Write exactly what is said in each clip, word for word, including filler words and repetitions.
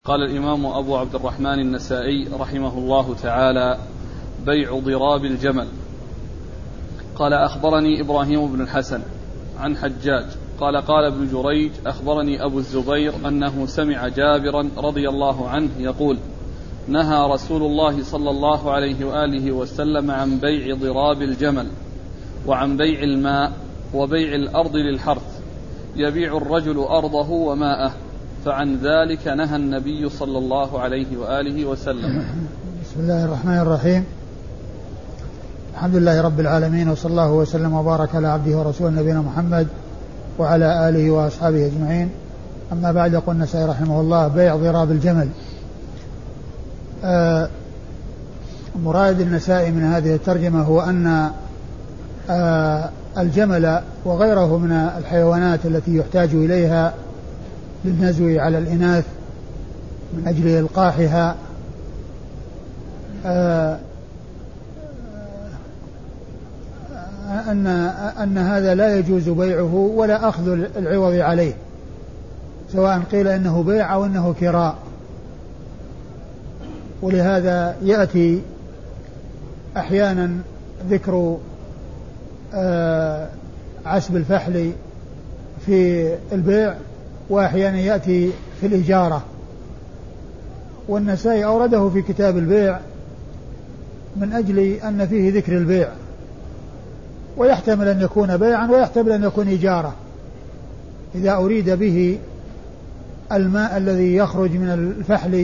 قال الإمام أبو عبد الرحمن النسائي رحمه الله تعالى: بيع ضراب الجمل. قال: أخبرني إبراهيم بن الحسن عن حجاج قال: قال ابن جريج: أخبرني أبو الزبير أنه سمع جابرا رضي الله عنه يقول: نهى رسول الله صلى الله عليه وآله وسلم عن بيع ضراب الجمل وعن بيع الماء وبيع الأرض للحرث، يبيع الرجل أرضه وماءه، فعن ذلك نهى النبي صلى الله عليه وآله وسلم. بسم الله الرحمن الرحيم. الحمد لله رب العالمين، وصلى الله وسلم وبارك على عبده ورسوله نبينا محمد وعلى آله وأصحابه أجمعين. أما بعد، يقول النسائي رحمه الله: بيع ضراب الجمل. آه مراد النسائي من هذه الترجمة هو أن آه الجمل وغيره من الحيوانات التي يحتاج إليها للنزو على الإناث من أجل إلقاحها آه أن أن هذا لا يجوز بيعه ولا أخذ العوض عليه، سواء قيل إنه بيع أو إنه كراء. ولهذا يأتي أحيانا ذكر آه عسب الفحل في البيع، وأحيانا يأتي في الإجارة. والنسائي أورده في كتاب البيع من أجل أن فيه ذكر البيع، ويحتمل أن يكون بيعا ويحتمل أن يكون إجارة إذا أريد به الماء الذي يخرج من الفحل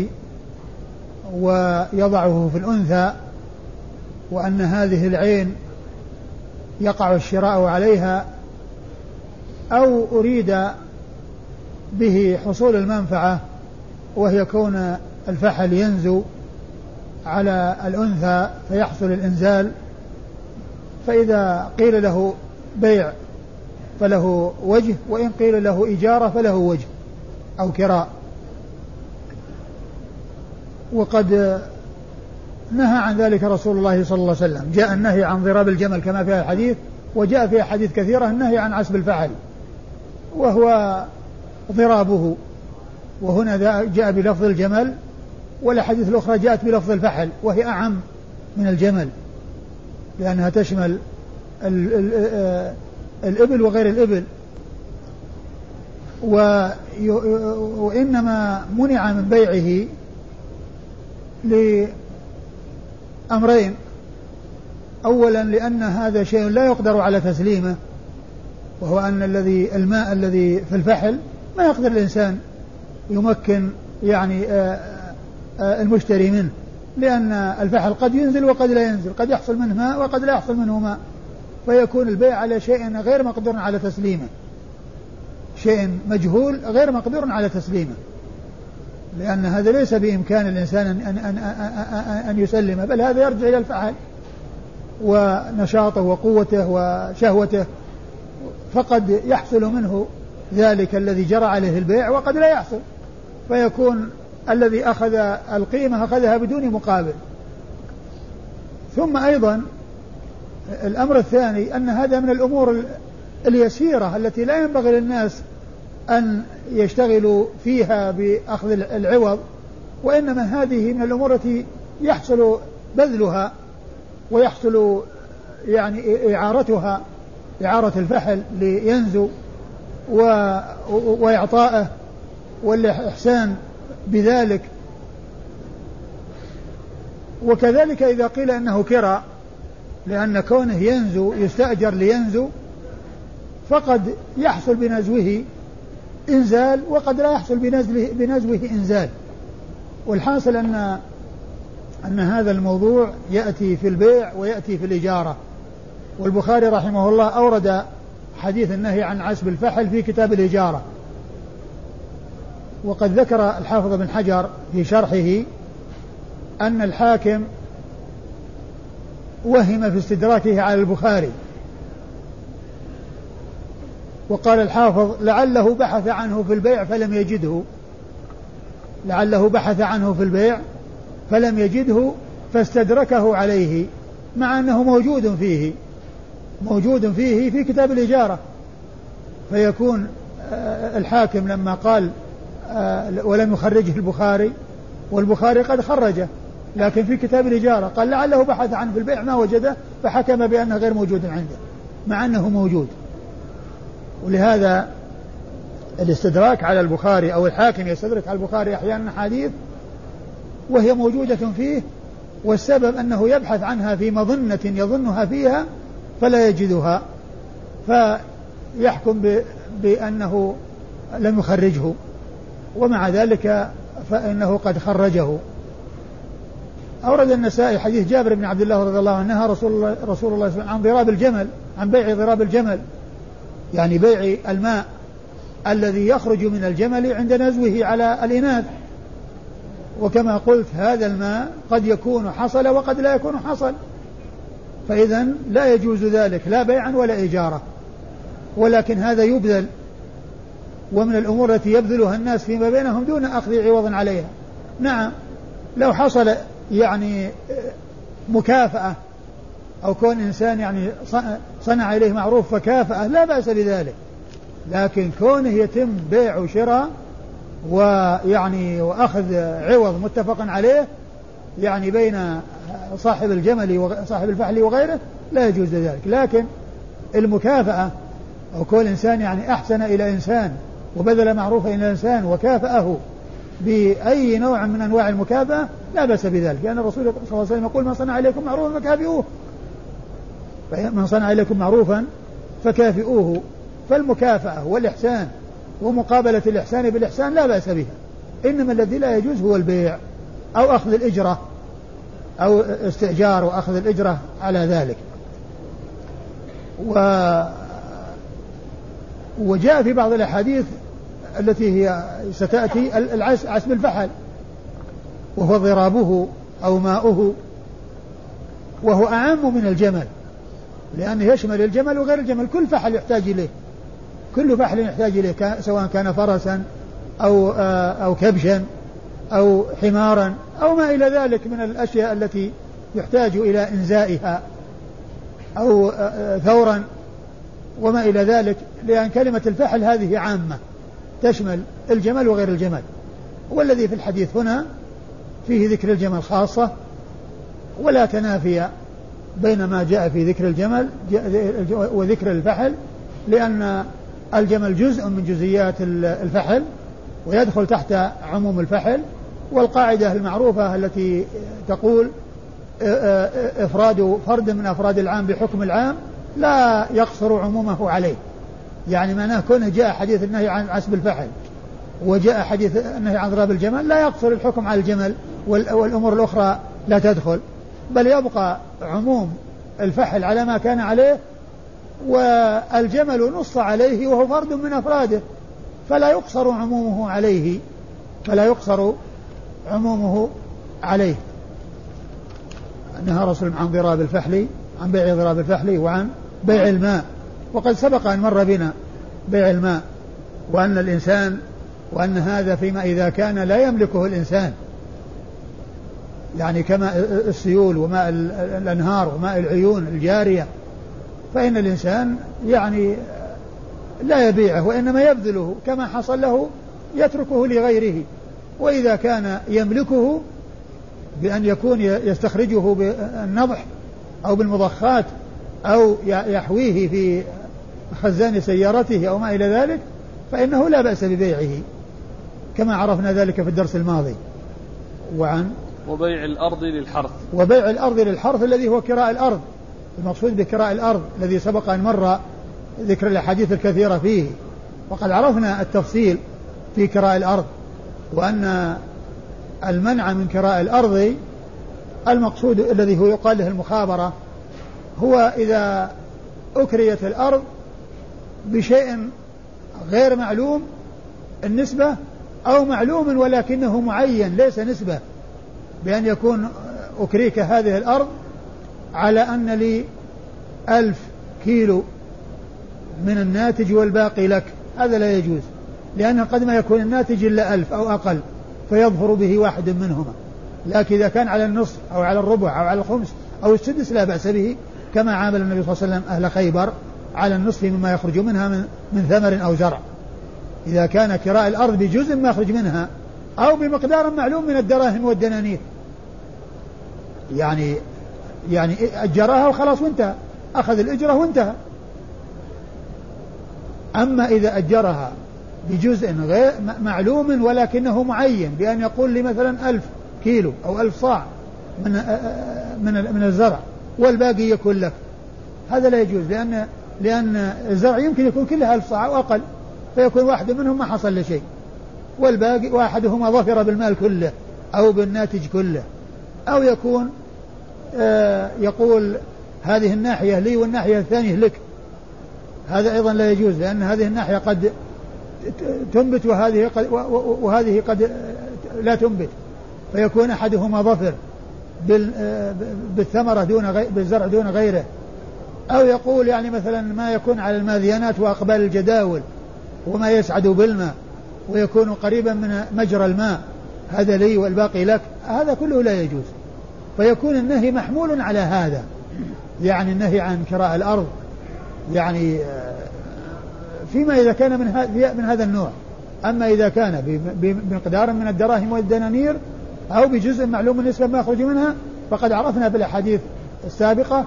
ويضعه في الأنثى، وأن هذه العين يقع الشراء عليها، أو أريد به حصول المنفعة وهي كون الفحل ينزو على الأنثى فيحصل الإنزال. فإذا قيل له بيع فله وجه، وإن قيل له إجارة فله وجه أو كراء. وقد نهى عن ذلك رسول الله صلى الله عليه وسلم. جاء النهي عن ضراب الجمل كما في الحديث، وجاء في أحاديث كثيرة النهي عن عسب الفحل وهو ضرابه، وهنا جاء بلفظ الجمل، والأحاديث الأخرى جاءت بلفظ الفحل وهي أعم من الجمل، لأنها تشمل ال ال الإبل وغير الإبل. وإنما منع من بيعه لأمرين: أولا لأن هذا شيء لا يقدر على تسليمه، وهو أن الذي الماء الذي في الفحل ما يقدر الإنسان يمكن يعني المشتري منه، لأن الفحل قد ينزل وقد لا ينزل، قد يحصل منه ماء وقد لا يحصل منه ماء، فيكون البيع على شيء غير مقدور على تسليمه، شيء مجهول غير مقدور على تسليمه، لأن هذا ليس بإمكان الإنسان أن, أن, أن, أن يسلمه، بل هذا يرجع إلى الفحل ونشاطه وقوته وشهوته، فقد يحصل منه ذلك الذي جرى عليه البيع وقد لا يحصل، فيكون الذي أخذ القيمة أخذها بدون مقابل. ثم أيضا الأمر الثاني أن هذا من الأمور اليسيرة التي لا ينبغي للناس أن يشتغلوا فيها بأخذ العوض، وإنما هذه من الأمور التي يحصل بذلها ويحصل يعني إعارتها، إعارة الفحل لينزو وإعطائه والإحسان بذلك. وكذلك إذا قيل أنه كراء، لأن كونه ينزو يستأجر لينزو، فقد يحصل بنزوه إنزال وقد لا يحصل بنزوه إنزال. والحاصل أن أن هذا الموضوع يأتي في البيع ويأتي في الإجارة. والبخاري رحمه الله أورد حديث النهي عن عسب الفحل في كتاب الإجارة. وقد ذكر الحافظ بن حجر في شرحه أن الحاكم وهم في استدراكه على البخاري، وقال الحافظ: لعله بحث عنه في البيع فلم يجده، لعله بحث عنه في البيع فلم يجده فاستدركه عليه، مع أنه موجود فيه موجود فيه في كتاب الإجارة. فيكون الحاكم لما قال ولم يخرجه البخاري، والبخاري قد خرجه لكن في كتاب الإجارة، قال لعله بحث عنه في البيع ما وجده فحكم بأنه غير موجود عنده مع أنه موجود. ولهذا الاستدراك على البخاري أو الحاكم يستدرك على البخاري أحيانا حديث وهي موجودة فيه، والسبب أنه يبحث عنها في مظنة يظنها فيها فلا يجدها فيحكم بأنه لم يخرجه، ومع ذلك فإنه قد خرجه. أورد النسائي حديث جابر بن عبد الله رضي الله عنه نهى رسول الله رسول الله عن ضراب الجمل، عن بيع ضراب الجمل، يعني بيع الماء الذي يخرج من الجمل عند نزوه على الإناث. وكما قلت هذا الماء قد يكون حصل وقد لا يكون حصل، فإذا لا يجوز ذلك لا بيعا ولا إجارة، ولكن هذا يبذل، ومن الأمور التي يبذلها الناس فيما بينهم دون أخذ عوض عليها. نعم لو حصل يعني مكافأة أو كون إنسان يعني صنع إليه معروف فكافأة لا بأس بذلك، لكن كونه يتم بيع وشراء ويعني وأخذ عوض متفق عليه يعني بين صاحب الجمل وصاحب الفحل وغيره لا يجوز ذلك. لكن المكافأة أو كل إنسان يعني أحسن إلى إنسان وبذل معروفا إلى إنسان وكافأه بأي نوع من أنواع المكافأة لا بأس بذلك، لأن الرسول صلى الله عليه وسلم يقول من صنع إليكم معروفا فكافئوه، من صنع إليكم معروفا فكافئوه. فالمكافأة والإحسان ومقابلة الإحسان بالإحسان لا بأس بها، إنما الذي لا يجوز هو البيع أو أخذ الإجرة أو استئجار وأخذ الإجرة على ذلك. و وجاء في بعض الأحاديث التي هي ستأتي العسب الفحل وهو ضرابه أو ماؤه، وهو أعم من الجمل لأنه يشمل الجمل وغير الجمل، كل فحل يحتاج إليه، كل فحل يحتاج إليه سواء كان فرسا أو, أو كبشا أو حمارا أو ما إلى ذلك من الأشياء التي يحتاج إلى إنزائها أو ثورا وما إلى ذلك، لأن كلمة الفحل هذه عامة تشمل الجمل وغير الجمل. والذي في الحديث هنا فيه ذكر الجمل خاصة ولا تنافي بين ما جاء في ذكر الجمل وذكر الفحل، لأن الجمل جزء من جزئيات الفحل ويدخل تحت عموم الفحل. والقاعدة المعروفة التي تقول إفراد فرد من أفراد العام بحكم العام لا يقصر عمومه عليه، يعني معناه كونه جاء حديث النهي عن عسب الفحل وجاء حديث النهي عن ضراب الجمل لا يقصر الحكم على الجمل والأمور الأخرى لا تدخل، بل يبقى عموم الفحل على ما كان عليه، والجمل نص عليه وهو فرد من أفراده فلا يقصر عمومه عليه فلا يقصر عمومه عليه. نهى رسول عن ضراب الفحل، عن بيع ضراب الفحل وعن بيع الماء. وقد سبق أن مر بنا بيع الماء، وأن الإنسان وأن هذا فيما إذا كان لا يملكه الإنسان، يعني كما السيول وماء الأنهار وماء العيون الجارية، فإن الإنسان يعني لا يبيعه وإنما يبذله كما حصل له يتركه لغيره. وإذا كان يملكه بأن يكون يستخرجه بالنضح أو بالمضخات أو يحويه في خزان سيارته أو ما إلى ذلك فإنه لا بأس ببيعه كما عرفنا ذلك في الدرس الماضي. وعن وبيع الأرض للحرث، وبيع الأرض للحرث الذي هو كراء الأرض، المقصود بكراء الأرض الذي سبق أن مر ذكر الأحاديث الكثيرة فيه. وقد عرفنا التفصيل في كراء الأرض، وأن المنع من كراء الأرض المقصود الذي هو يقال له المخابرة هو إذا أكريت الأرض بشيء غير معلوم النسبة أو معلوم ولكنه معين ليس نسبة، بأن يكون أكريك هذه الأرض على أن لي ألف كيلو من الناتج والباقي لك، هذا لا يجوز، لأنه قد ما يكون الناتج إلا ألف أو أقل فيظهر به واحد منهما. لكن إذا كان على النصف أو على الربع أو على الخمس أو السدس لا بأس به، كما عامل النبي صلى الله عليه وسلم أهل خيبر على النصف مما يخرج منها من, من ثمر أو زرع. إذا كان كراء الأرض بجزء ما يخرج منها أو بمقدار معلوم من الدراهم والدنانير، يعني يعني أجرها وخلاص وانتهى، أخذ الإجرة وانتهى. أما إذا أجرها بجزء غير معلوم ولكنه معين بأن يقول لي مثلا ألف كيلو أو ألف صاع من من من الزرع والباقي يكون لك، هذا لا يجوز، لأن لأن الزرع يمكن يكون كلها ألف صاع أو أقل، فيكون واحد منهم ما حصل له شيء، والباقي واحدهما ظفر بالمال كله أو بالناتج كله، أو يكون آه يقول هذه الناحية لي والناحية الثانية لك، هذا أيضا لا يجوز، لأن هذه الناحية قد تنبت وهذه قد وهذه قد لا تنبت، فيكون أحدهما ظفر بالثمرة دون غير بالزرع دون غيره. أو يقول يعني مثلا ما يكون على الماذيانات وأقبال الجداول وما يسعد بالماء ويكون قريبا من مجرى الماء هذا لي والباقي لك، هذا كله لا يجوز، فيكون النهي محمول على هذا، يعني النهي عن كراء الأرض يعني فيما إذا كان من من هذا النوع. أما إذا كان بمقدار من الدراهم والدنانير أو بجزء معلوم بالنسبة ما يخرج منها، فقد عرفنا بالأحاديث السابقة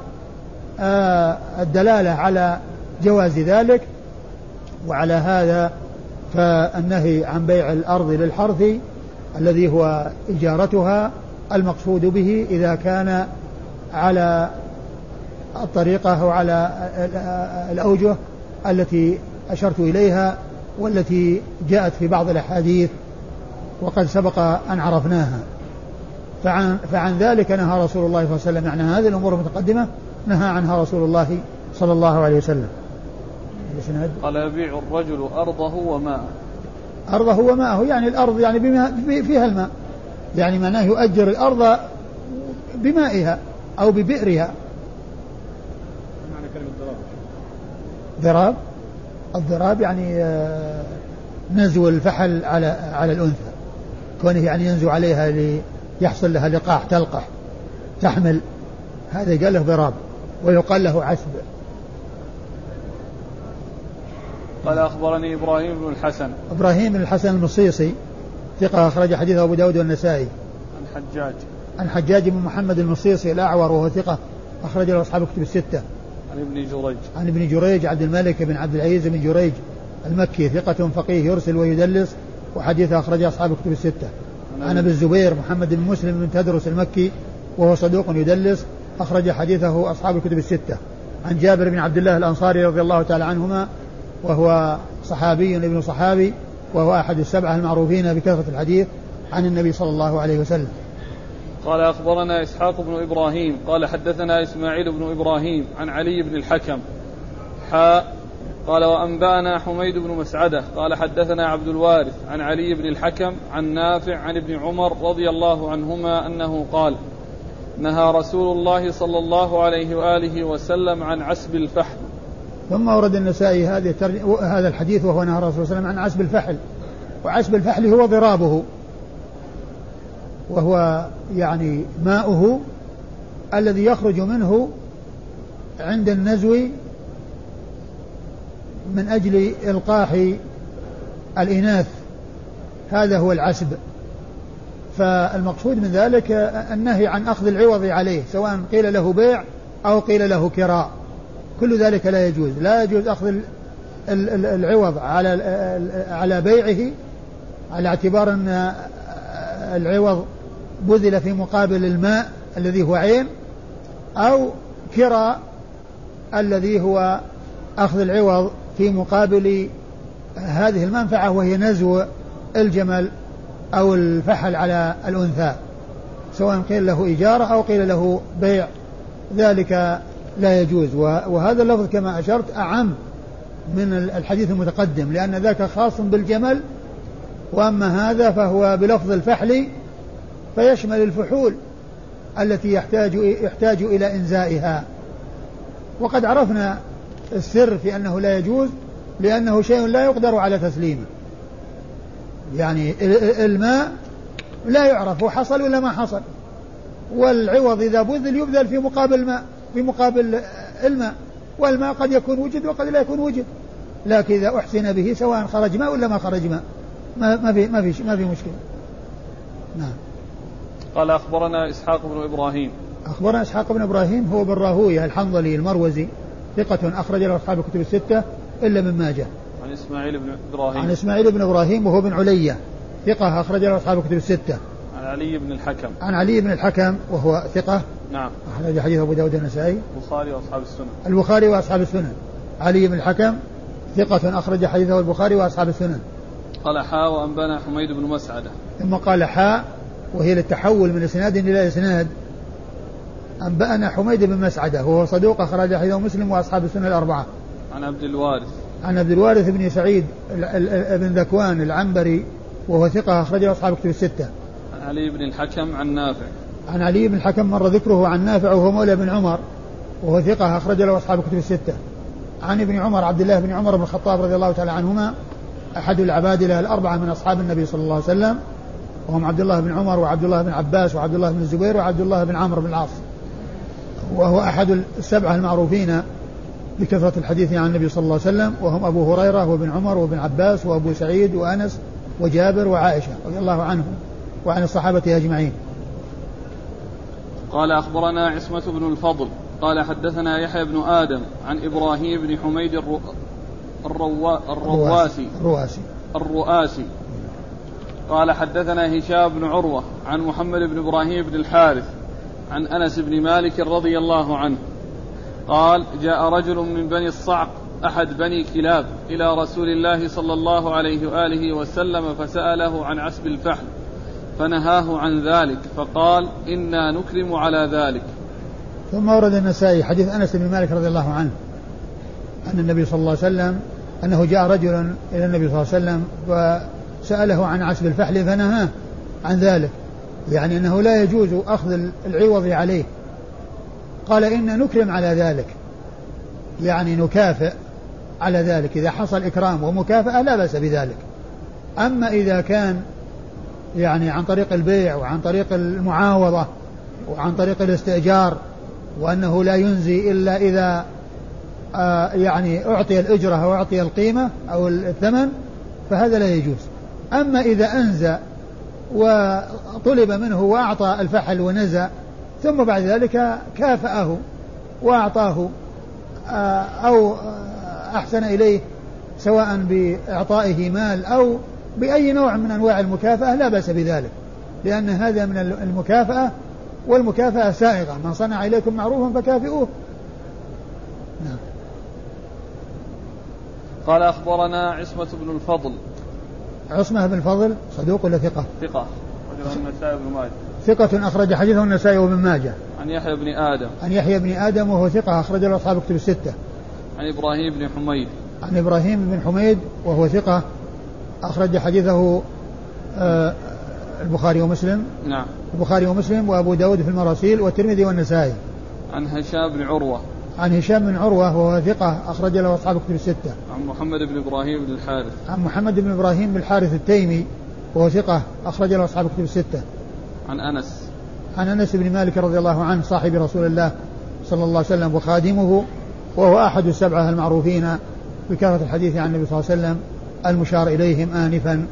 الدلالة على جواز ذلك. وعلى هذا فالنهي عن بيع الأرض للحرث الذي هو إجارتها المقصود به إذا كان على الطريقة أو على الأوجه التي أشرت إليها والتي جاءت في بعض الأحاديث وقد سبق أن عرفناها. فعن, فعن ذلك نهى رسول الله صلى الله عليه وسلم، يعني هذه الأمور المتقدمة نهى عنها رسول الله صلى الله عليه وسلم. قال يبيع الرجل أرضه وماءه. أرضه وماءه يعني الأرض يعني بما فيها الماء، يعني معناه يؤجر الأرض بمائها أو ببئرها. معنى كلمة ضراب؟ ضراب الضراب يعني نزو الفحل على على الأنثى، كونه يعني ينزو عليها ليحصل لها لقاح تلقح تحمل، هذا قال له ضراب، ويقال له عسب. قال أخبرني إبراهيم بن الحسن. إبراهيم بن الحسن المصيصي ثقة أخرج حديثه أبو داود والنسائي. عن حجاج. عن حجاج بن محمد المصيصي الأعور وهو ثقة أخرج له أصحاب كتب الستة. عن ابن جريج. عن ابن جريج عبد الملك بن عبد العزيز بن جريج المكي ثقة فقيه يرسل ويدلس وحديثه أخرج أصحاب كتب الستة. عن أبي الزبير محمد بن مسلم بن تدرس المكي وهو صدوق يدلس أخرج حديثه أصحاب الكتب الستة. عن جابر بن عبد الله الأنصاري رضي الله تعالى عنهما وهو صحابي ابن صحابي وهو أحد السبعة المعروفين بكثرة الحديث عن النبي صلى الله عليه وسلم. قال أخبرنا إسحاق بن إبراهيم قال حدثنا إسماعيل بن إبراهيم عن علي بن الحكم حاء قال وأنبأنا حميد بن مسعدة قال حدثنا عبد الوارث عن علي بن الحكم عن نافع عن ابن عمر رضي الله عنهما أنه قال نهى رسول الله صلى الله عليه وآله وسلم عن عسب الفحل. ثم ورد النسائي هذه هذا الحديث وهو نهى الرسول صلى الله عليه وسلم عن عسب الفحل، وعسب الفحل هو ضرابه، وهو يعني ماؤه الذي يخرج منه عند النزو من أجل إلقاح الإناث، هذا هو العسب. فالمقصود من ذلك النهي عن أخذ العوض عليه، سواء قيل له بيع أو قيل له كراء، كل ذلك لا يجوز. لا يجوز أخذ العوض على على بيعه على اعتبار أن العوض بذل في مقابل الماء الذي هو عين، أو كراء الذي هو أخذ العوض في مقابل هذه المنفعة وهي نزو الجمل أو الفحل على الأنثى، سواء قيل له إجارة أو قيل له بيع، ذلك لا يجوز. وهذا اللفظ كما أشرت أعم من الحديث المتقدم، لأن ذاك خاص بالجمل، وأما هذا فهو بلفظ الفحل فيشمل الفحول التي يحتاج, يحتاج إلى إنزائها. وقد عرفنا السر في أنه لا يجوز، لأنه شيء لا يقدر على تسليمه، يعني الماء لا يعرف هو حصل ولا ما حصل، والعوض إذا بذل يبذل في مقابل الماء في مقابل الماء، والماء قد يكون وجد وقد لا يكون وجد، لكن إذا أحسن به سواء خرج ماء ولا ما خرج ماء ما, ما, في, ما, في, ما في مشكلة. نعم. قال أخبرنا إسحاق بن إبراهيم. أخبرنا إسحاق بن إبراهيم هو بن راهويه الحنظلي المروزي ثقة أخرج له أصحاب الكتب الستة إلا من ماجه. عن إسماعيل بن إبراهيم. عن إسماعيل بن إبراهيم وهو بن علية ثقة أخرج له أصحاب الكتب الستة. عن علي بن الحكم. عن علي بن الحكم وهو ثقة. نعم. أخرج حديث أبو داود النسائي. البخاري وأصحاب السنن. البخاري وأصحاب السنن. علي بن الحكم ثقة أخرج حديثه البخاري وأصحاب السنن. قال حاء وأنبانا حميد بن مسعدة. ثم قال حاء وهي للتحول من إسناد إلى إسناد. أنبأنا حميد بن مسعدة وهو صدوق أخرج حديثه مسلم وأصحاب السنن الأربعة. عن عبد الوارث. عن عبد الوارث بن سعيد بن ذكوان العنبري وهو ثقة أخرجه أصحاب الكتب الستة. عن علي بن الحكم عن نافع. عن علي بن الحكم مر ذكره عن نافع وهو مولى بن عمر وهو ثقة أخرج له أصحاب الكتب الستة. عن ابن عمر عبد الله بن عمر بن الخطاب رضي الله تعالى عنهما أحد العبادلة الأربعة من أصحاب النبي صلى الله عليه وسلم وهم عبد الله بن عمر وعبد الله بن عباس وعبد الله بن الزبير وعبد الله بن عمرو بن العاص وهو أحد السبعة المعروفين بكثرة الحديث عن النبي صلى الله عليه وسلم وهم أبو هريرة وابن عمر وابن عباس وأبو سعيد وأنس وجابر وعائشة رضي الله عنهم وعن الصحابة أجمعين. قال أخبرنا عصمة بن الفضل قال حدثنا يحيى بن آدم عن إبراهيم بن حميد الرو... الروا... الرواسي الرواسي الرؤاسي قال حدثنا هشام بن عروة عن محمد بن إبراهيم بن الحارث عن أنس بن مالك رضي الله عنه قال جاء رجل من بني الصعق أحد بني كلاب إلى رسول الله صلى الله عليه وآله وسلم فسأله عن عسب الفحل فنهاه عن ذلك فقال إنا نكرم على ذلك. ثم ورد النسائي حديث أنس بن مالك رضي الله عنه أن النبي صلى الله عليه وسلم أنه جاء رجل إلى النبي صلى الله عليه وسلم وسأله عن عسب الفحل فنهاه عن ذلك يعني أنه لا يجوز أخذ العوض عليه. قال إنا نكرم على ذلك يعني نكافئ على ذلك إذا حصل إكرام ومكافأة لا بأس بذلك. أما إذا كان يعني عن طريق البيع وعن طريق المعاوضة وعن طريق الاستئجار وأنه لا ينزي إلا إذا آه يعني أعطي الأجرة أو أعطي القيمة أو الثمن فهذا لا يجوز. أما إذا أنزى وطلب منه وأعطى الفحل ونزى ثم بعد ذلك كافأه وأعطاه آه أو أحسن إليه سواء بإعطائه مال أو بأي نوع من أنواع المكافأة لا بأس بذلك لأن هذا من المكافأة والمكافأة سائغة من صنع إليكم معروفا فكافئوه. نعم. قال أخبرنا عصمة بن الفضل. عصمة بن الفضل صدوق ولا ثقة؟ ثقة أخرجه النسائي بن ماجه. ثقة أخرج حديثه النسائي وابن ماجه. عن يحيى بن آدم. عن يحيى بن آدم وهو ثقة أخرج له أصحاب الكتب الستة. عن إبراهيم بن حميد. عن إبراهيم بن حميد وهو ثقة أخرج حديثه آه البخاري ومسلم. نعم. البخاري ومسلم وأبو داود في المراسيل والترمذي والنسائي. عن هشام بن عروة. عن هشام بن عروة وهو ثقة أخرج له أصحاب الكتب الستة. عن محمد بن إبراهيم بن الحارث. عن محمد بن إبراهيم بن الحارث التيمي وهو ثقة أخرج له أصحاب الكتب الستة. عن أنس. عن أنس بن مالك رضي الله عنه صاحب رسول الله صلى الله عليه وسلم وخادمه وهو أحد السبعة المعروفين بكثرة الحديث عن النبي صلى الله عليه وسلم المشار إليهم آنفا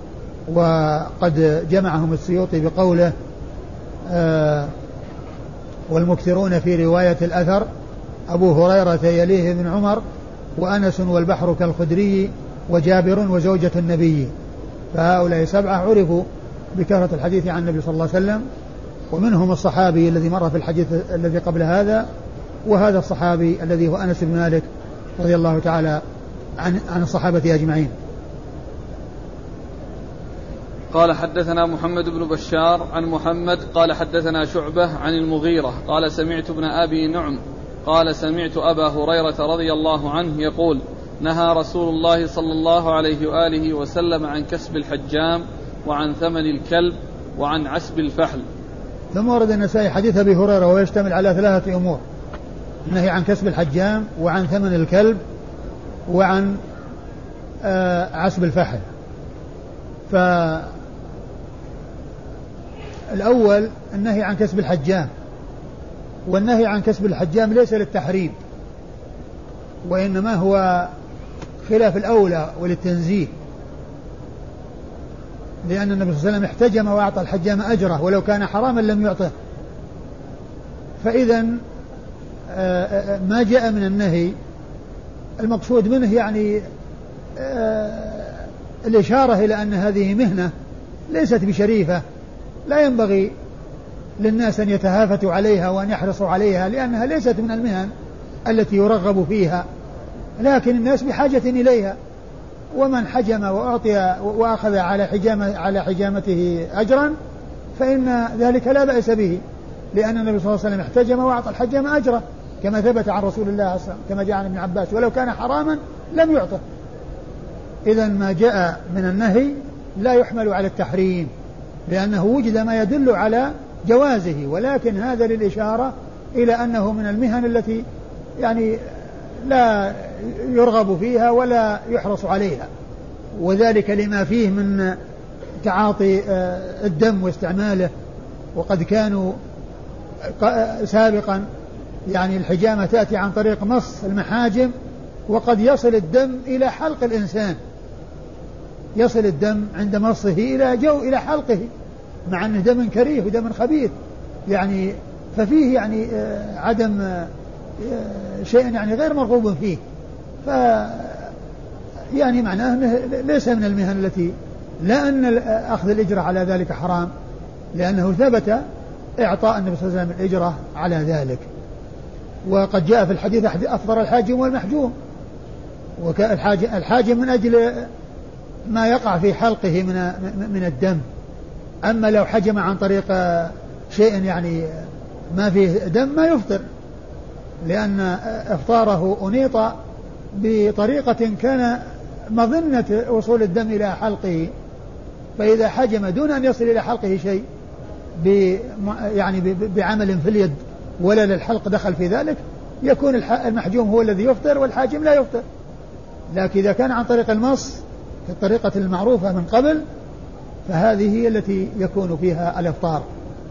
وقد جمعهم السيوطي بقوله آه والمكثرون في رواية الأثر أبو هريرة يليه ابن عمر وأنس والبحر كالخدري وجابر وزوجة النبي فهؤلاء سبعة عرفوا بكثرة الحديث عن النبي صلى الله عليه وسلم ومنهم الصحابي الذي مر في الحديث الذي قبل هذا وهذا الصحابي الذي هو أنس بن مالك رضي الله تعالى عن, عن الصحابة أجمعين. قال حدثنا محمد بن بشار عن محمد قال حدثنا شعبة عن المغيرة قال سمعت ابن أبي نعم قال سمعت أبا هريرة رضي الله عنه يقول نهى رسول الله صلى الله عليه وآله وسلم عن كسب الحجام وعن ثمن الكلب وعن عسب الفحل. ثم ورد النسائي حديث أبي هريرة ويشتمل على ثلاثة أمور النهي عن كسب الحجام وعن ثمن الكلب وعن آه عسب الفحل. فالأول النهي عن كسب الحجام والنهي عن كسب الحجام ليس للتحريم وإنما هو خلاف الأولى وللتنزيه، لأن النبي صلى الله عليه وسلم احتجم وأعطى الحجام أجره ولو كان حراما لم يعطه. فإذا ما جاء من النهي المقصود منه يعني الإشارة إلى أن هذه مهنة ليست بشريفة، لا ينبغي للناس أن يتهافتوا عليها وأن يحرصوا عليها، لأنها ليست من المهن التي يرغب فيها، لكن الناس بحاجة إليها. ومن حجم وأعطي وأخذ على حجامة على حجامته أجرا فإن ذلك لا بأس به، لأن النبي صلى الله عليه وسلم احتجم وأعطى الحجام أجره كما ثبت عن رسول الله صلى الله عليه وسلم كما جاء عن ابن عباس، ولو كان حراما لم يعطه. إذا ما جاء من النهي لا يحمل على التحريم، لأنه وجد ما يدل على جوازه، ولكن هذا للإشارة إلى أنه من المهن التي يعني لا يرغب فيها ولا يحرص عليها، وذلك لما فيه من تعاطي الدم واستعماله. وقد كانوا سابقا يعني الحجامة تأتي عن طريق مص المحاجم، وقد يصل الدم إلى حلق الإنسان، يصل الدم عند مصه إلى جو إلى حلقه، مع أنه دم كريه ودم خبيث يعني، ففيه يعني عدم شيء يعني غير مرغوب فيه. ف يعني معناه أنه ليس من المهن التي لا أن أخذ الإجرة على ذلك حرام، لأنه ثبت إعطاء النبي صلى الله عليه وسلم الإجرة على ذلك. وقد جاء في الحديث أفطر الحاجم والمحجوم، والحاجم من أجل ما يقع في حلقه من من الدم. أما لو حجم عن طريق شيء يعني ما فيه دم ما يفطر، لأن إفطاره أنيط بطريقة كان مظنة وصول الدم إلى حلقه، فإذا حجم دون أن يصل إلى حلقه شيء يعني بعمل في اليد ولا للحلق دخل في ذلك، يكون المحجوم هو الذي يفطر والحاجم لا يفطر. لكن إذا كان عن طريق المص في الطريقة المعروفة من قبل فهذه هي التي يكون فيها الإفطار.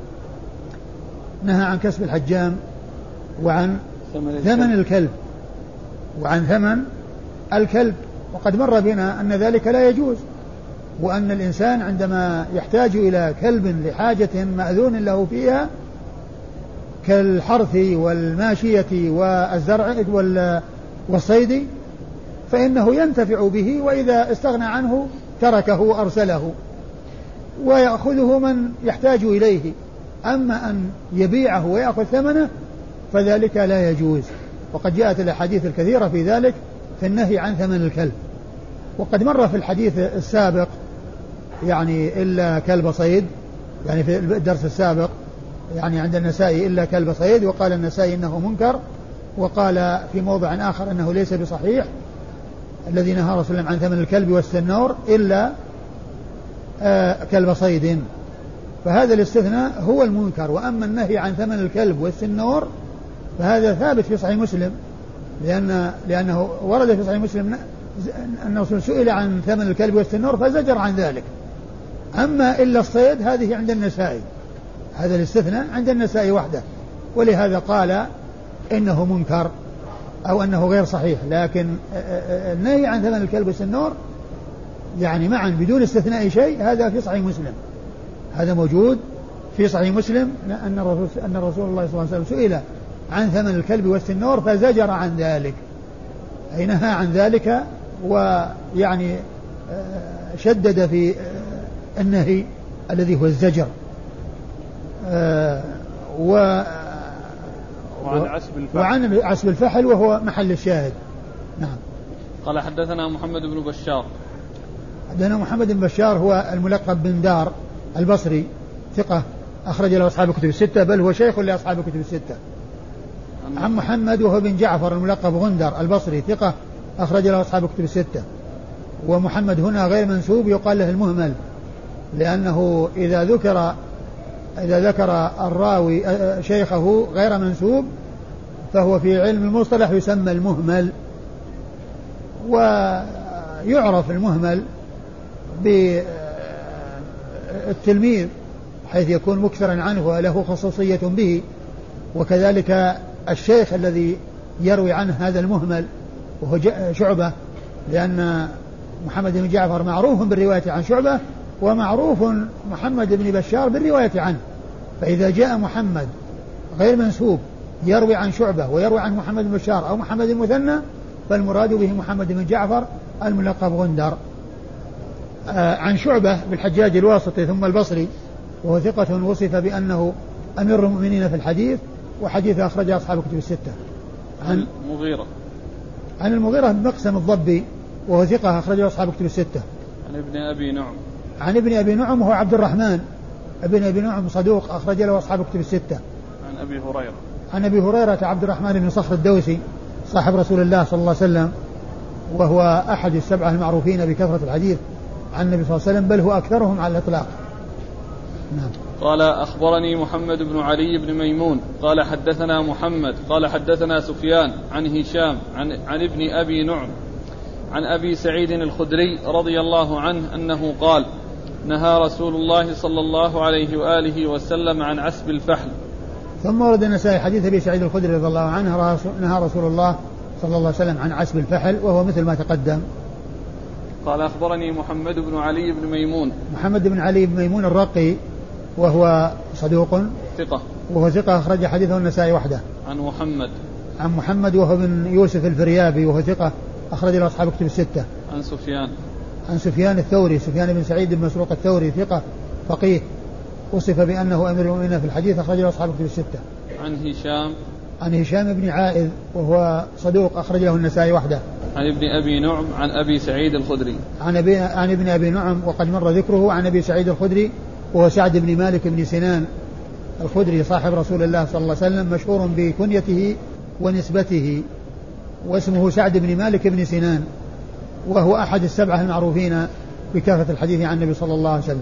نهى عن كسب الحجام وعن ثمن الكلب وعن ثمن الكلب، وقد مر بنا أن ذلك لا يجوز، وأن الإنسان عندما يحتاج إلى كلب لحاجة مأذون له فيها كالحرث والماشية والزرع والصيد فإنه ينتفع به، وإذا استغنى عنه تركه وأرسله ويأخذه من يحتاج إليه. أما أن يبيعه ويأخذ ثمنه فذلك لا يجوز. وقد جاءت الأحاديث الكثيرة في ذلك في النهي عن ثمن الكلب. وقد مر في الحديث السابق يعني إلا كلب صيد، يعني في الدرس السابق يعني عند النسائي إلا كلب صيد، وقال النسائي إنه منكر، وقال في موضع آخر أنه ليس بصحيح الذي نهى رسول الله عن ثمن الكلب والسنور إلا آه كلب صيد، فهذا الاستثناء هو المنكر. وأما النهي عن ثمن الكلب والسنور فهذا ثابت في صحيح مسلم، لأن لأنه ورد في صحيح مسلم أنه سئل عن ثمن الكلب والسنور فزجر عن ذلك. أما إلا الصيد هذه عند النسائي، هذا الاستثناء عند النسائي وحده، ولهذا قال إنه منكر أو أنه غير صحيح. لكن النهي عن ثمن الكلب والسنور يعني معا بدون استثناء شيء هذا في صحيح مسلم، هذا موجود في صحيح مسلم أن الرسول, أن الرسول الله صلى الله عليه وسلم سئل عن ثمن الكلب والسنور فزجر عن ذلك، أي نهى عن ذلك، ويعني شدد في النهي الذي هو الزجر. و وعن عسب الفحل وعن عسب الفحل وهو محل الشاهد. نعم. قال حدثنا محمد بن بشار. حدثنا محمد بن بشار هو الملقب بن دار البصري، ثقة أخرج له أصحاب الكتب الستة، بل هو شيخ لأصحاب الكتب الستة. عن محمد وهو بن جعفر الملقب غندر البصري، ثقة أخرج له أصحاب الكتب الستة. ومحمد هنا غير منسوب، يقال له المهمل، لأنه إذا ذكر إذا ذكر الراوي شيخه غير منسوب فهو في علم المصطلح يسمى المهمل. ويعرف المهمل بالتلميذ حيث يكون مكثرا عنه وله خصوصية به، وكذلك الشيخ الذي يروي عنه هذا المهمل وهو شعبة لأن محمد بن جعفر معروف بالرواية عن شعبة، ومعروف محمد بن بشار بالرواية عنه، فإذا جاء محمد غير منسوب يروي عن شعبة ويروي عن محمد بن بشار أو محمد المثنى فالمراد به محمد بن جعفر الملقب غندر. آه عن شعبة بالحجاج الواسطي ثم البصري، وهو ثقة وصف بأنه أمير المؤمنين في الحديث، وحديث أخرج أصحاب الكتب الستة. عن المغيرة عن المغيرة بن مقسم الضبي، وهو ثقة أخرج أصحاب الكتب الستة. عن ابن أبي نعم عن ابن أبي نعم وهو عبد الرحمن ابن أبي نعم صدوق أخرج له أصحاب الكتب الستة. عن أبي هريرة عن أبي هريرة عبد الرحمن بن صخر الدوسي صاحب رسول الله صلى الله عليه وسلم، وهو أحد السبعة المعروفين بكثرة الحديث عن النبي صلى الله عليه وسلم، بل هو أكثرهم على الإطلاق. نعم. قال أخبرني محمد بن علي بن ميمون قال حدثنا محمد قال حدثنا سفيان عن هشام عن, عن ابن أبي نعم عن أبي سعيد الخدري رضي الله عنه أنه قال نهى رسول الله صلى الله عليه وآله وسلم عن عسب الفحل. ثم ورد النسائي حديث أبي سعيد الخدري رضي الله عنه نهى رسول الله صلى الله عليه وسلم عن عسب الفحل، وهو مثل ما تقدم. قال أخبرني محمد بن علي بن ميمون محمد بن علي بن ميمون الرقي، وهو صدوق ثقة وهو ثقة أخرج حديثه النسائي وحده. عن محمد عن محمد وهو بن يوسف الفريابي، وهو ثقة أخرج له أصحاب الكتب الستة. عن سفيان عن سفيان الثوري سفيان بن سعيد بن مسروق الثوري ثقة فقيه، وصف بأنه أمير المؤمنين في الحديث أخرج له أصحاب الكتب الستة. عن هشام عن هشام بن عائذ وهو صدوق أخرج له النسائي وحده. عن ابن أبي نعم عن أبي سعيد الخدري عن, أبي عن ابن أبي نعم وقد مر ذكره. عن أبي سعيد الخدري وهو سعد بن مالك بن سنان الخدري صاحب رسول الله صلى الله عليه وسلم، مشهور بكنيته ونسبته، واسمه سعد بن مالك بن سنان، وهو أحد السبعة المعروفين بكثرة الحديث عن النبي صلى الله عليه وسلم.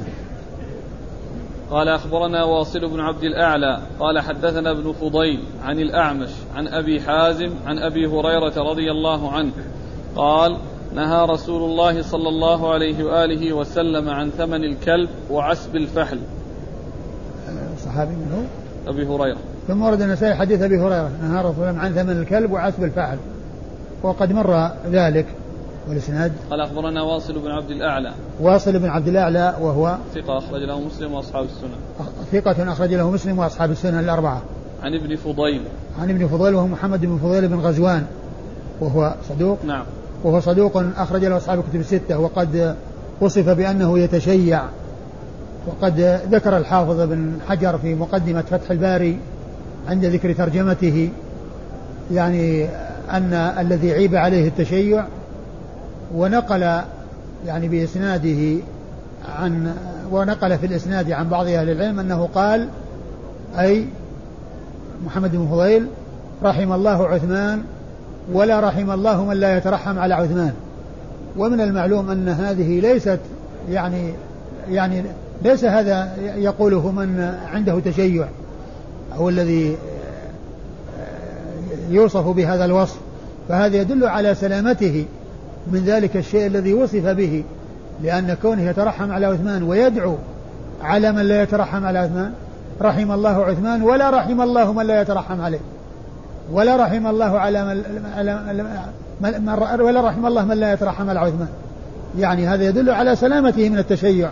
قال أخبرنا واصل بن عبد الأعلى قال حدثنا ابن فضيل عن الأعمش عن أبي حازم عن أبي هريرة رضي الله عنه قال نهى رسول الله صلى الله عليه وآله وسلم عن ثمن الكلب وعسب الفحل. صحابي منه أبي هريرة. ثم ورد النسائي حديث أبي هريرة نهى رسول الله عن ثمن الكلب وعسب الفحل، وقد مر ذلك. والإسناد قال أخبرنا واصل بن عبد الأعلى واصل بن عبد الأعلى وهو ثقة أخرج له مسلم وأصحاب السنن ثقة أخرج له مسلم وأصحاب السنن الأربعة. عن ابن فضيل عن ابن فضيل وهو محمد بن فضيل بن غزوان، وهو صدوق نعم وهو صدوق أخرج له أصحاب الكتب الستة، وقد وصف بأنه يتشيع، وقد ذكر الحافظ بن حجر في مقدمة فتح الباري عند ذكر ترجمته يعني أن الذي عيب عليه التشيع، ونقل يعني بإسناده عن ونقل في الإسناد عن بعض أهل العلم أنه قال أي محمد بن فضيل رحم الله عثمان ولا رحم الله من لا يترحم على عثمان. ومن المعلوم أن هذه ليست يعني يعني ليس هذا يقوله من عنده تشيع أو الذي يوصف بهذا الوصف، فهذا يدل على سلامته من ذلك الشيء الذي وصف به، لأن كونه يترحم على عثمان ويدعو على من لا يترحم على عثمان، رحم الله عثمان ولا رحم الله من لا يترحم عليه، ولا رحم الله على من ولا رحم الله من لا يترحم على عثمان، يعني هذا يدل على سلامته من التشيع.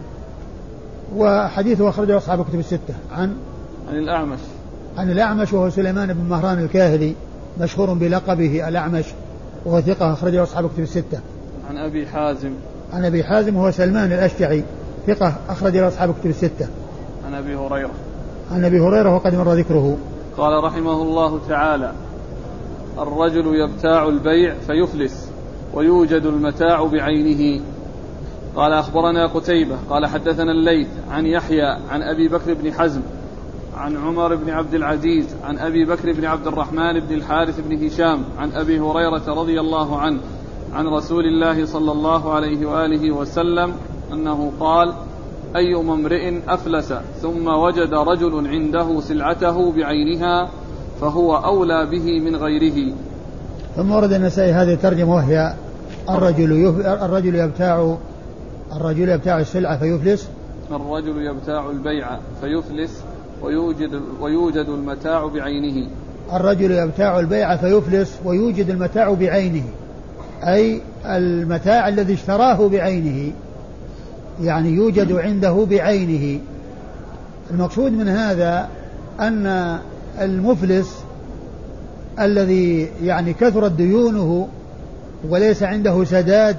وحديثه أخرجه أصحاب الكتب الستة. عن عن الأعمش عن الأعمش وهو سليمان بن مهران الكاهلي، مشهور بلقبه الأعمش، وهو ثقة أخرجه أصحاب الكتب الستة. عن أبي حازم عن أبي حازم وهو سلمان الأشجعي، ثقة أخرجه أصحاب الكتب الستة. عن أبي هريرة عن أبي هريرة وقد مر ذكره. قال رحمه الله تعالى الرجل يبتاع البيع فيفلس ويوجد المتاع بعينه. قال أخبرنا قتيبة قال حدثنا الليث عن يحيى عن أبي بكر بن حزم عن عمر بن عبد العزيز عن أبي بكر بن عبد الرحمن بن الحارث بن هشام عن أبي هريرة رضي الله عنه عن رسول الله صلى الله عليه وآله وسلم أنه قال أيما امرئ أفلس ثم وجد رجل عنده سلعته بعينها فهو أولى به من غيره. ثم ورد النسائي هذه الترجمة وهي الرجل يف... الرجل يبتاع الرجل يبتاع السلعة فيفلس الرجل يبتاع البيع فيفلس ويوجد ويوجد المتاع بعينه. الرجل يبتاع البيع فيفلس ويوجد المتاع بعينه. أي المتاع الذي اشتراه بعينه، يعني يوجد عنده بعينه. المقصود من هذا أن المفلس الذي يعني كثرت ديونه وليس عنده سداد،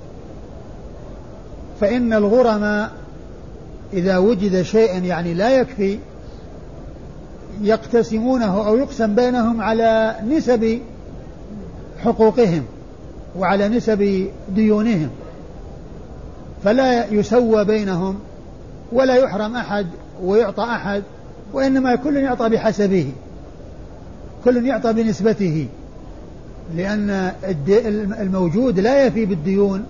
فإن الغرماء إذا وجد شيء يعني لا يكفي يقتسمونه أو يقسم بينهم على نسب حقوقهم وعلى نسب ديونهم، فلا يسوى بينهم ولا يحرم أحد ويعطى أحد، وإنما كل يعطى بحسبه، كل يعطى بنسبته، لأن الموجود لا يفي بالديون،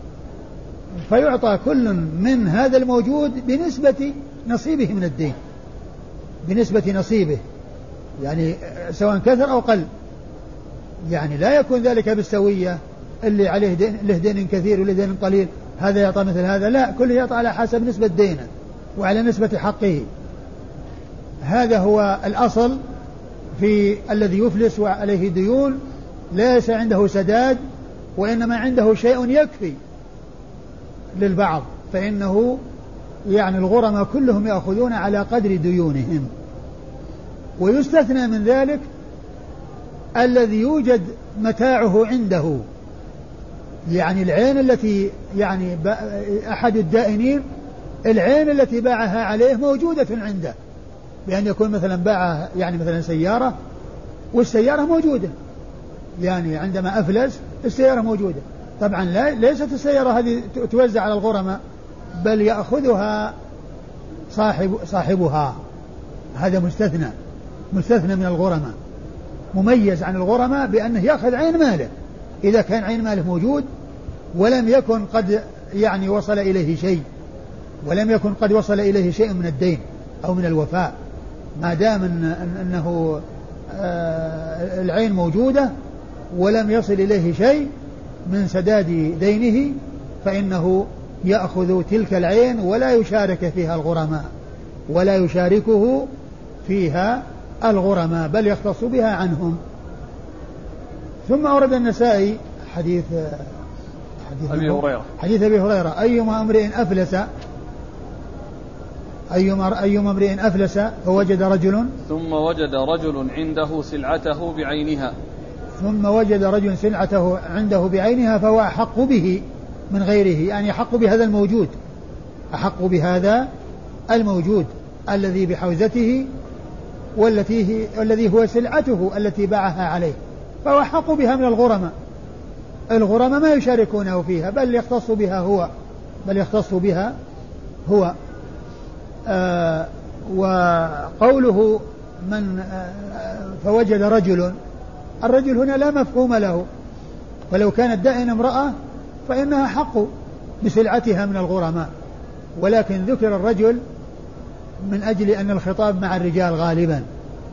فيعطى كل من هذا الموجود بنسبة نصيبه من الدين، بنسبة نصيبه، يعني سواء كثر أو قل، يعني لا يكون ذلك بالسوية، اللي عليه دين له دين كثير وله دين قليل هذا يعطى مثل هذا، لا، كل يعطى على حسب نسبة دينه وعلى نسبة حقه. هذا هو الأصل في الذي يفلس وعليه ديون، ليس عنده سداد وإنما عنده شيء يكفي للبعض، فإنه يعني الغرماء كلهم يأخذون على قدر ديونهم. ويستثنى من ذلك الذي يوجد متاعه عنده، يعني العين التي يعني أحد الدائنين العين التي باعها عليه موجودة عنده، بأن يكون مثلا باع يعني مثلا سيارة والسيارة موجودة، يعني عندما أفلس السيارة موجودة، طبعا لا ليست السيارة هذه توزع على الغرماء، بل يأخذها صاحب صاحبها، هذا مستثنى مستثنى من الغرماء، مميز عن الغرماء بأنه يأخذ عين ماله، إذا كان عين ماله موجود ولم يكن قد يعني وصل إليه شيء، ولم يكن قد وصل إليه شيء من الدين أو من الوفاء، ما دام إن أنه آه العين موجودة ولم يصل إليه شيء من سداد دينه، فإنه يأخذ تلك العين ولا يشارك فيها الغرماء، ولا يشاركه فيها الغرماء، بل يختص بها عنهم. ثم أورد النسائي حديث حديث أبي هريرة حديث أبي هريرة أيما امرئ أفلس أيما أيما امرئ أفلس فوجد رجل ثم وجد رجل عنده سلعته بعينها ثم وجد رجل سلعته عنده بعينها فهو أحق به من غيره، يعني أحق بهذا الموجود، أحق بهذا الموجود الذي بحوزته والتي والذي هو سلعته التي باعها عليه، فهو أحق بها من الغرماء. الغرماء ما يشاركونه فيها، بل يختص بها هو بل يختص بها هو آه وقوله من آه فوجد رجل، الرجل هنا لا مفهوم له، ولو كانت دائن امرأة فإنها حق بسلعتها من الغرماء، ولكن ذكر الرجل من أجل أن الخطاب مع الرجال غالبا،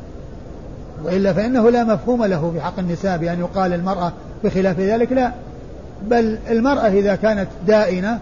وإلا فإنه لا مفهوم له في حق النساء بأن يقال المرأة بخلاف ذلك، لا، بل المرأة إذا كانت دائنة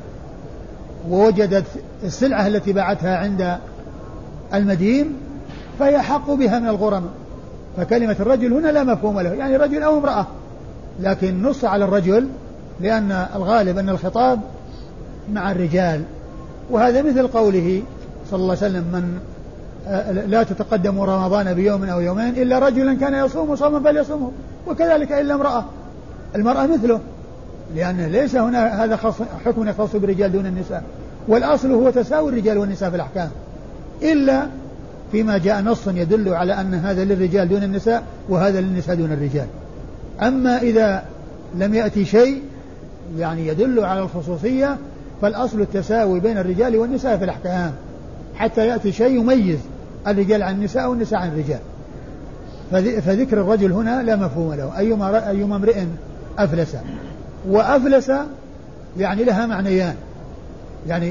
ووجدت السلعة التي باعتها عند المدين فهي حق بها من الغرماء، فكلمة الرجل هنا لا مفهوم له، يعني رجل أو امرأة، لكن نص على الرجل لأن الغالب أن الخطاب مع الرجال. وهذا مثل قوله صلى الله عليه وسلم من لا تتقدم رمضان بيوم أو يومين إلا رجلا كان يصوم صوما فليصومه، وكذلك إلا امرأة، المرأة مثله، لأن ليس هنا هذا حكم يختص بالرجال دون النساء، والأصل هو تساوي الرجال والنساء في الأحكام، إلا فيما جاء نص يدل على أن هذا للرجال دون النساء وهذا للنساء دون الرجال. أما إذا لم يأتي شيء يعني يدل على الخصوصية فالأصل التساوي بين الرجال والنساء في الأحكام، حتى يأتي شيء يميز الرجال عن النساء والنساء عن الرجال. فذكر الرجل هنا لا مفهوم له، أيما أيما امرئ أفلس، وأفلس يعني لها معنيان، يعني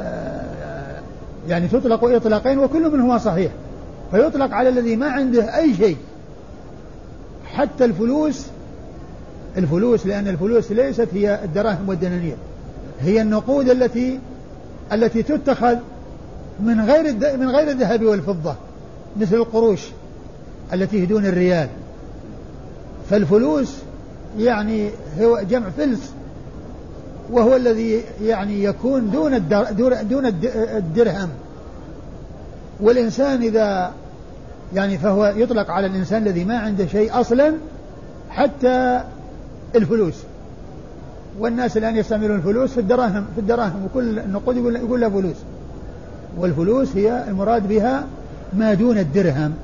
يعني تطلق إطلاقين وكل منهما صحيح، فيطلق على الذي ما عنده أي شيء، حتى الفلوس الفلوس لأن الفلوس ليست هي الدراهم والدنانير، هي النقود التي التي تتخذ من غير من غير الذهب والفضة، مثل القروش التي دون الريال. فالفلوس يعني هو جمع فلس، وهو الذي يعني يكون دون دون الدرهم. والإنسان إذا يعني فهو يطلق على الإنسان الذي ما عنده شيء أصلا حتى الفلوس. والناس الآن يستعملون الفلوس في الدراهم في الدراهم وكل النقود يقول لها فلوس، والفلوس هي المراد بها ما دون الدرهم.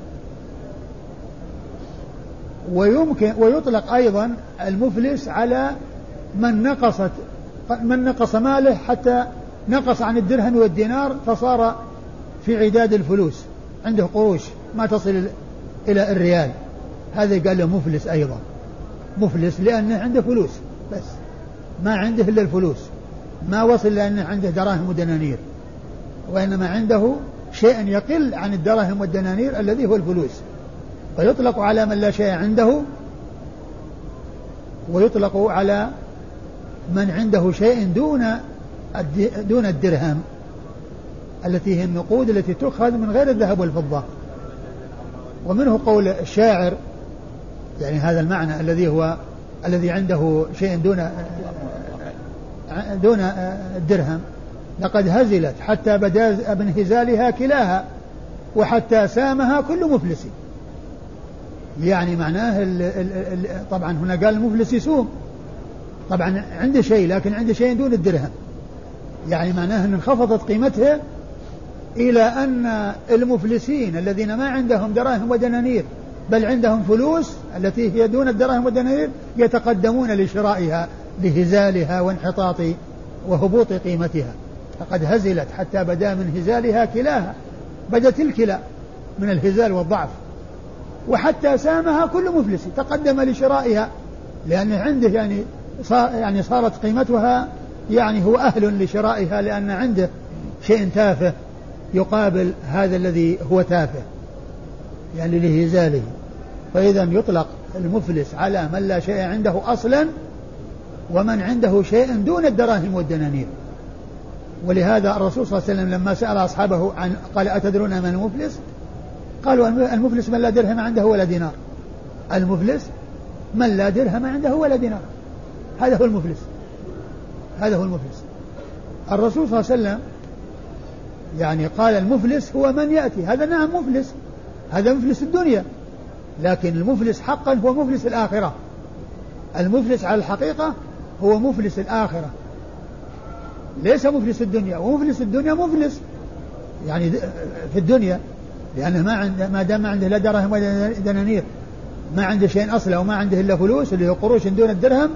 ويمكن ويطلق أيضا المفلس على من نقصت من نقص ماله حتى نقص عن الدرهم والدينار فصار في عداد الفلوس، عنده قروش ما تصل إلى الريال، هذا قال له مفلس أيضا، مفلس لأنه عنده فلوس بس ما عنده إلا الفلوس، ما وصل لأنه عنده دراهم ودنانير، وإنما عنده شيء يقل عن الدراهم والدنانير الذي هو الفلوس. فيطلق على من لا شيء عنده، ويطلق على من عنده شيء دون دون الدرهم التي هي النقود التي تؤخذ من غير الذهب والفضة. ومنه قول الشاعر يعني هذا المعنى الذي هو الذي عنده شيء دون دون الدرهم: لقد هزلت حتى بدا بانهزالها كلاها وحتى سامها كل مفلس. يعني معناه ال ال ال طبعا هنا قال المفلس يسوم، طبعا عنده شيء لكن عنده شيء دون الدرهم، يعني معناه أن انخفضت قيمتها إلى أن المفلسين الذين ما عندهم دراهم ودنانير بل عندهم فلوس التي هي دون الدراهم والدنانير يتقدمون لشرائها لهزالها وانحطاط وهبوط قيمتها. فقد هزلت حتى بدا من هزالها كلاها، بدت الكلا من الهزال والضعف، وحتى سامها كل مفلس تقدم لشرائها لأن عنده يعني صار يعني صارت قيمتها يعني هو أهل لشرائها لأن عنده شيء تافه يقابل هذا الذي هو تافه يعني لهزاله. فإذا يطلق المفلس على من لا شيء عنده أصلا ومن عنده شيء دون الدراهم والدنانير. ولهذا الرسول صلى الله عليه وسلم لما سأل أصحابه عن قال أتدرون من المفلس؟ قالوا المفلس من لا درهم عنده ولا دينار. المفلس من لا درهم عنده ولا دينار، هذا هو المفلس، هذا هو المفلس. الرسول صلى الله عليه وسلم يعني قال المفلس هو من يأتي، هذا نعم مفلس، هذا مفلس الدنيا، لكن المفلس حقا هو مفلس الآخرة. المفلس على الحقيقة هو مفلس الآخرة، ليس مفلس الدنيا. ومفلس الدنيا مفلس يعني في الدنيا لأنه ما عنده ما دام ما عنده لا دراهم ولا دنانير، ما عنده شيء أصلا وما عنده إلا فلوس اللي هو قروش دون الدرهم،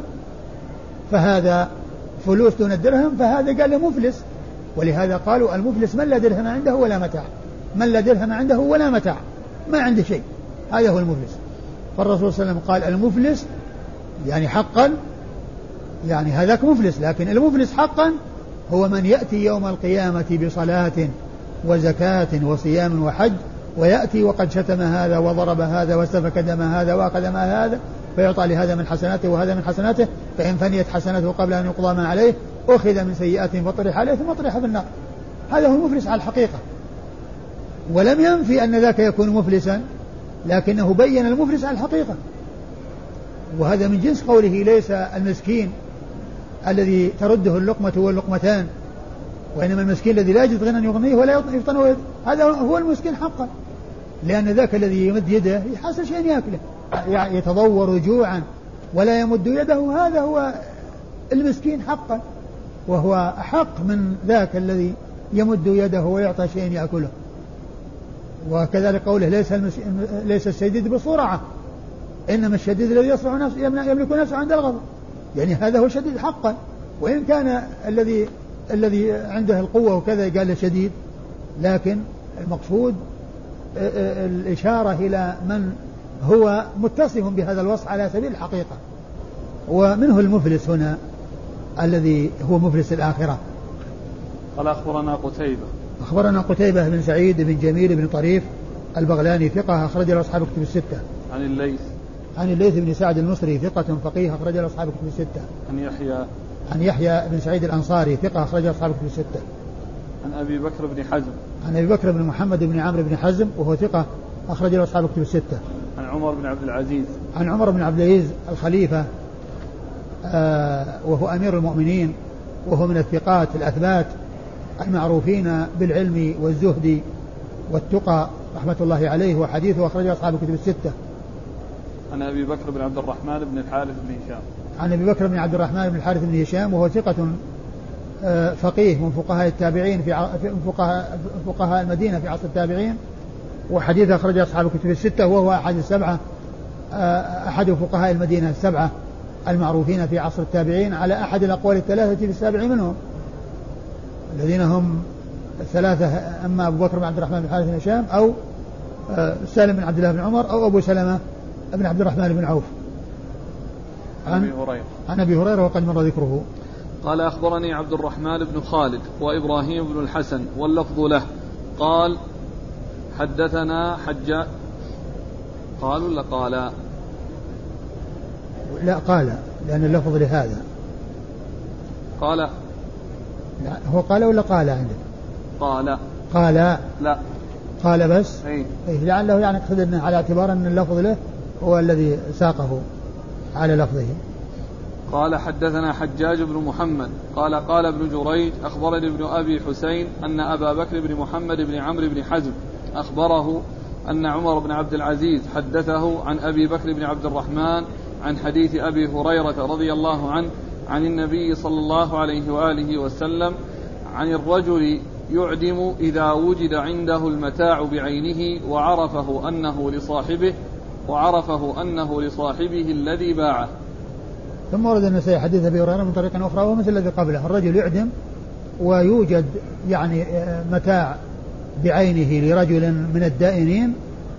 فهذا فلوس دون الدرهم، فهذا قال له مفلس. ولهذا قالوا المفلس من لا درهم عنده ولا متاع، من لا درهم عنده ولا متاع، ما عنده شيء، هذا هو المفلس. فالرسول صلى الله عليه وسلم قال المفلس يعني حقا يعني هذاك مفلس، لكن المفلس حقا هو من يأتي يوم القيامة بصلاة وزكاة وصيام وحج ويأتي وقد شتم هذا وضرب هذا واستفك دم هذا وأخذ مال هذا فيعطى لهذا من حسناته وهذا من حسناته، فإن فنيت حسناته قبل أن يقضى ما عليه أخذ من سيئاتهم فطرح عليه ثم طرح في النار. هذا هو المفلس على الحقيقة. ولم ينفي أن ذاك يكون مفلسا، لكنه بين المفلس على الحقيقة. وهذا من جنس قوله ليس المسكين الذي ترده اللقمة واللقمتان، وإنما المسكين الذي لا يجد غنى يغنيه ولا يفطن، هذا هو المسكين حقا، لأن ذاك الذي يمد يده يحصل شيء يأكله، يتضور جوعا ولا يمد يده، هذا هو المسكين حقا، وهو أحق من ذاك الذي يمد يده ويعطى شيء يأكله. وكذلك قوله ليس, ليس الشديد بسرعة إنما الشديد الذي يصرع نفسه يملك نفسه عند الغضب، يعني هذا هو الشديد حقا. وإن كان الذي الذي عنده القوة وكذا قال له شديد، لكن المقصود الإشارة إلى من هو متصف بهذا الوصف على سبيل الحقيقة. ومنه المفلس هنا الذي هو مفلس الآخرة. قال أخبرنا قتيبة أخبرنا قتيبة بن سعيد بن جميل بن طريف البغلاني ثقة أخرج له أصحاب الكتب الستة. عن الليث عن الليث بن سعد المصري ثقة فقيه أخرج له أصحاب الكتب الستة. عن يحيى عن يحيى بن سعيد الأنصاري ثقة أخرج له أصحاب الكتب الستة. عن أبي بكر بن حزم عن أبي بكر بن محمد بن عمرو بن حزم وهو ثقة أخرج له أصحاب الكتب الستة. عن عمر بن عبد العزيز عن عمر بن عبد العزيز الخليفة وهو أمير المؤمنين، وهو من الثقات الأثبات المعروفين بالعلم والزهد والتقى رحمة الله عليه، وحديثه أخرجه أصحاب الكتب الستة. عن أبي بكر بن عبد الرحمن بن الحارث بن هشام عن أبي بكر بن عبد الرحمن بن الحارث بن هشام، وهو ثقة فقيه من فقهاء التابعين في فقهاء فقهاء المدينة في عصر التابعين، وحديثه أخرجه أصحاب الكتب الستة، وهو أحد السبعة أحد فقهاء المدينة السبعة المعروفين في عصر التابعين على أحد الأقوال الثلاثة في السابع منهم، الذين هم الثلاثة، أما أبو بكر بن عبد الرحمن بن الحارث بن هشام، أو سالم بن عبد الله بن عمر، أو أبو سلمة بن عبد الرحمن بن عوف. عن أبي هريرة عن أبي هريرة وقد مر ذكره. قال أخبرني عبد الرحمن بن خالد وإبراهيم بن الحسن واللفظ له قال حدثنا حجاج. قال ولا قال؟ لا قال، لأن اللفظ لهذا. قال لا هو قال ولا قال عندك؟ قال قال لا قال بس أي. أي لعله يعني يقصد على اعتبار أن اللفظ له هو الذي ساقه على لفظه. قال حدثنا حجاج بن محمد قال قال ابن جريج أخبرني ابن أبي حسين أن أبا بكر بن محمد بن عمرو بن حزم أخبره أن عمر بن عبد العزيز حدثه عن أبي بكر بن عبد الرحمن عن حديث أبي هريرة رضي الله عنه عن النبي صلى الله عليه وآله وسلم عن الرجل يعدم إذا وجد عنده المتاع بعينه وعرفه أنه لصاحبه وعرفه أنه لصاحبه الذي باعه. ثم ورد النسائي حديث أبي هريرة من طريق أخرى ومثل الذي قبله، الرجل يعدم ويوجد يعني متاع بعينه لرجل من الدائنين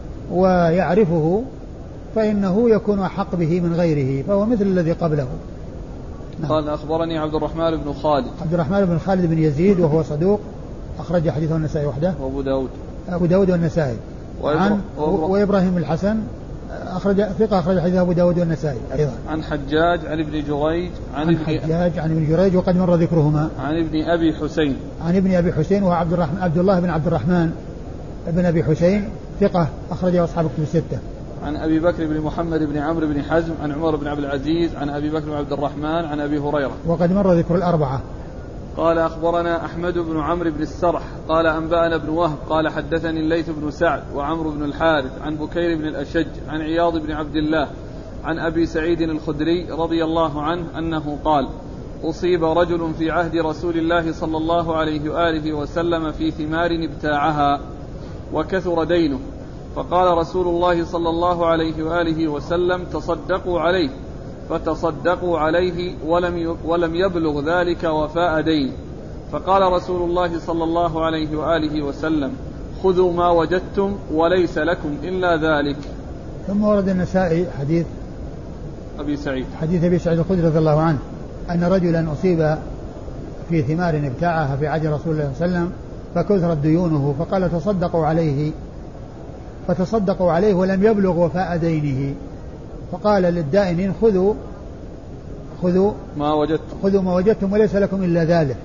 ويعرفه فإنه يكون أحق به من غيره، فهو مثل الذي قبله. نعم. قال أخبرني عبد الرحمن بن خالد عبد الرحمن بن خالد بن يزيد وهو صدوق أخرج حديثه النسائي وحده وأبو داود أبو داود والنسائي عن وإبراهيم الحسن أخرج ثقة أخرج حديث أبو داود والنسائي أيضا. عن حجاج عن ابن جريج عن, عن حجاج عن ابن جريج وقد مر ذكرهما. عن ابن أبي حسين عن ابن أبي حسين وهو عبد الرحمن عبد الله بن عبد الرحمن ابن أبي حسين ثقة أخرجه أصحاب الكتب الستة. عن أبي بكر بن محمد بن عمرو بن حزم عن عمر بن عبد العزيز عن أبي بكر بن عبد الرحمن عن أبي هريرة وقد مر ذكر الأربعة. قال أخبرنا أحمد بن عمرو بن السرح قال أنبأنا بن وهب قال حدثني الليث بن سعد وعمرو بن الحارث عن بكير بن الأشج عن عياض بن عبد الله عن أبي سعيد الخدري رضي الله عنه أنه قال أصيب رجل في عهد رسول الله صلى الله عليه وآله وسلم في ثمار ابتاعها وكثر دينه، فقال رسول الله صلى الله عليه وآله وسلم تصدقوا عليه، فتصدقوا عليه ولم ولم يبلغ ذلك وفاء دين، فقال رسول الله صلى الله عليه وآله وسلم خذوا ما وجدتم وليس لكم إلا ذلك. ثم ورد النسائي حديث أبي سعيد حديث أبي سعيد الخدري رضي الله عنه أن رجلا أصيب في ثمار ابتاعها في عهد رسول الله صلى الله عليه وسلم فكثرت ديونه، فقال تصدقوا عليه فتصدقوا عليه ولم يبلغ وفاء دينه، فقال للدائنين خذوا خذوا ما وجدتم خذوا ما وجدتم وليس لكم إلا ذلك.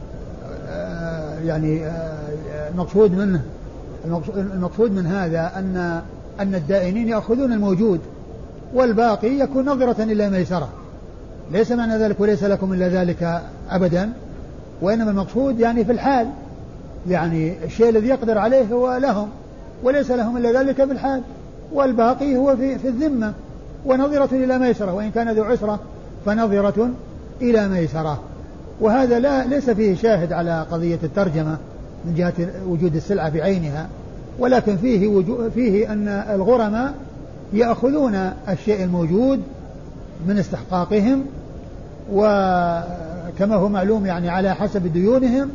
آه يعني آه المقصود منه المقصود من هذا أن أن الدائنين يأخذون الموجود والباقي يكون نظرة إلى ميسرة، ليس معنى ذلك وليس لكم إلا ذلك أبدا، وإنما المقصود يعني في الحال، يعني الشيء الذي يقدر عليه هو لهم وليس لهم إلا ذلك في الحال، والباقي هو في, في الذمة ونظرة إلى ميسرة، وإن كان ذو عسرة فنظرة إلى ميسرة. وهذا لا ليس فيه شاهد على قضية الترجمة من جهة وجود السلعة بعينها، ولكن فيه, وجو فيه أن الغرماء يأخذون الشيء الموجود من استحقاقهم، وكما هو معلوم يعني على حسب ديونهم.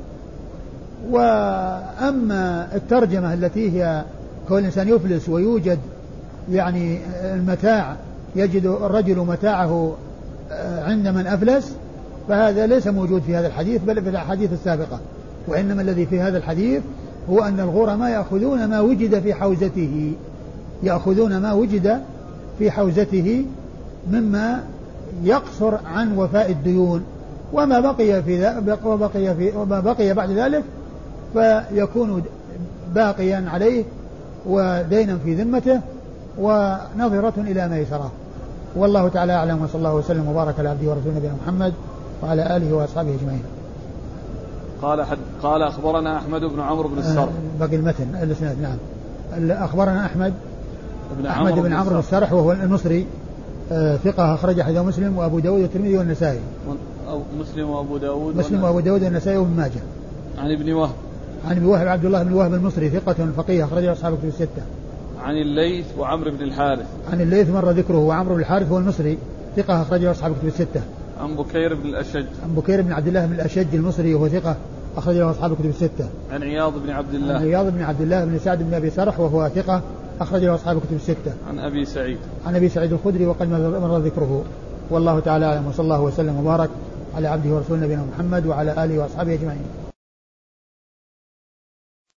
وأما الترجمة التي هي كل إنسان يفلس ويوجد يعني المتاع، يجد الرجل متاعه عند من أفلس، فهذا ليس موجود في هذا الحديث بل في الأحاديث السابقة، وإنما الذي في هذا الحديث هو أن الغرماء يأخذون ما وجد في حوزته يأخذون ما وجد في حوزته مما يقصر عن وفاء الديون، وما بقي في وبقي في وما بقي بعد ذلك فيكون باقيا عليه ودينا في ذمته ونظرة إلى ميسرة. والله تعالى أعلم، وصلى الله وسلم وبارك على عبده ورسوله نبينا محمد وعلى آله وأصحابه أجمعين. قال حد قال أخبرنا أحمد بن عمرو بن السرح. باقي المتن الإسناد. نعم. أخبرنا أحمد بن أحمد بن عمرو بن السرح وهو المصري ثقة أخرج حديث مسلم وأبو داود والترمذي والنسائي. مسلم وأبو داود مسلم وأبو داود والنسائي وابن ماجه. عن ابن وهب. عن ابن وهب عبد الله بن وهب المصري ثقة فقيه أخرج أصحاب الكتب الستة. عن الليث وعمرو بن الحارث. عن الليث مر ذكره، وعمرو بن الحارث هو المصري ثقة أخرج أصحاب الكتب الستة. عن بكير بن الأشج. عن بكير بن عبد الله بن الأشج المصري وهو ثقة أخرج أصحاب الكتب الستة. عن عياض بن عبد الله. عن عياض بن عبد الله بن سعد بن أبي سرح وهو ثقة أخرج أصحاب الكتب الستة. عن أبي سعيد. عن أبي سعيد الخدري وقد مر ذكره. والله تعالى أعلم، وصلى الله وسلم وبارك على عبده ورسوله نبينا محمد وعلى آله وأصحابه أجمعين.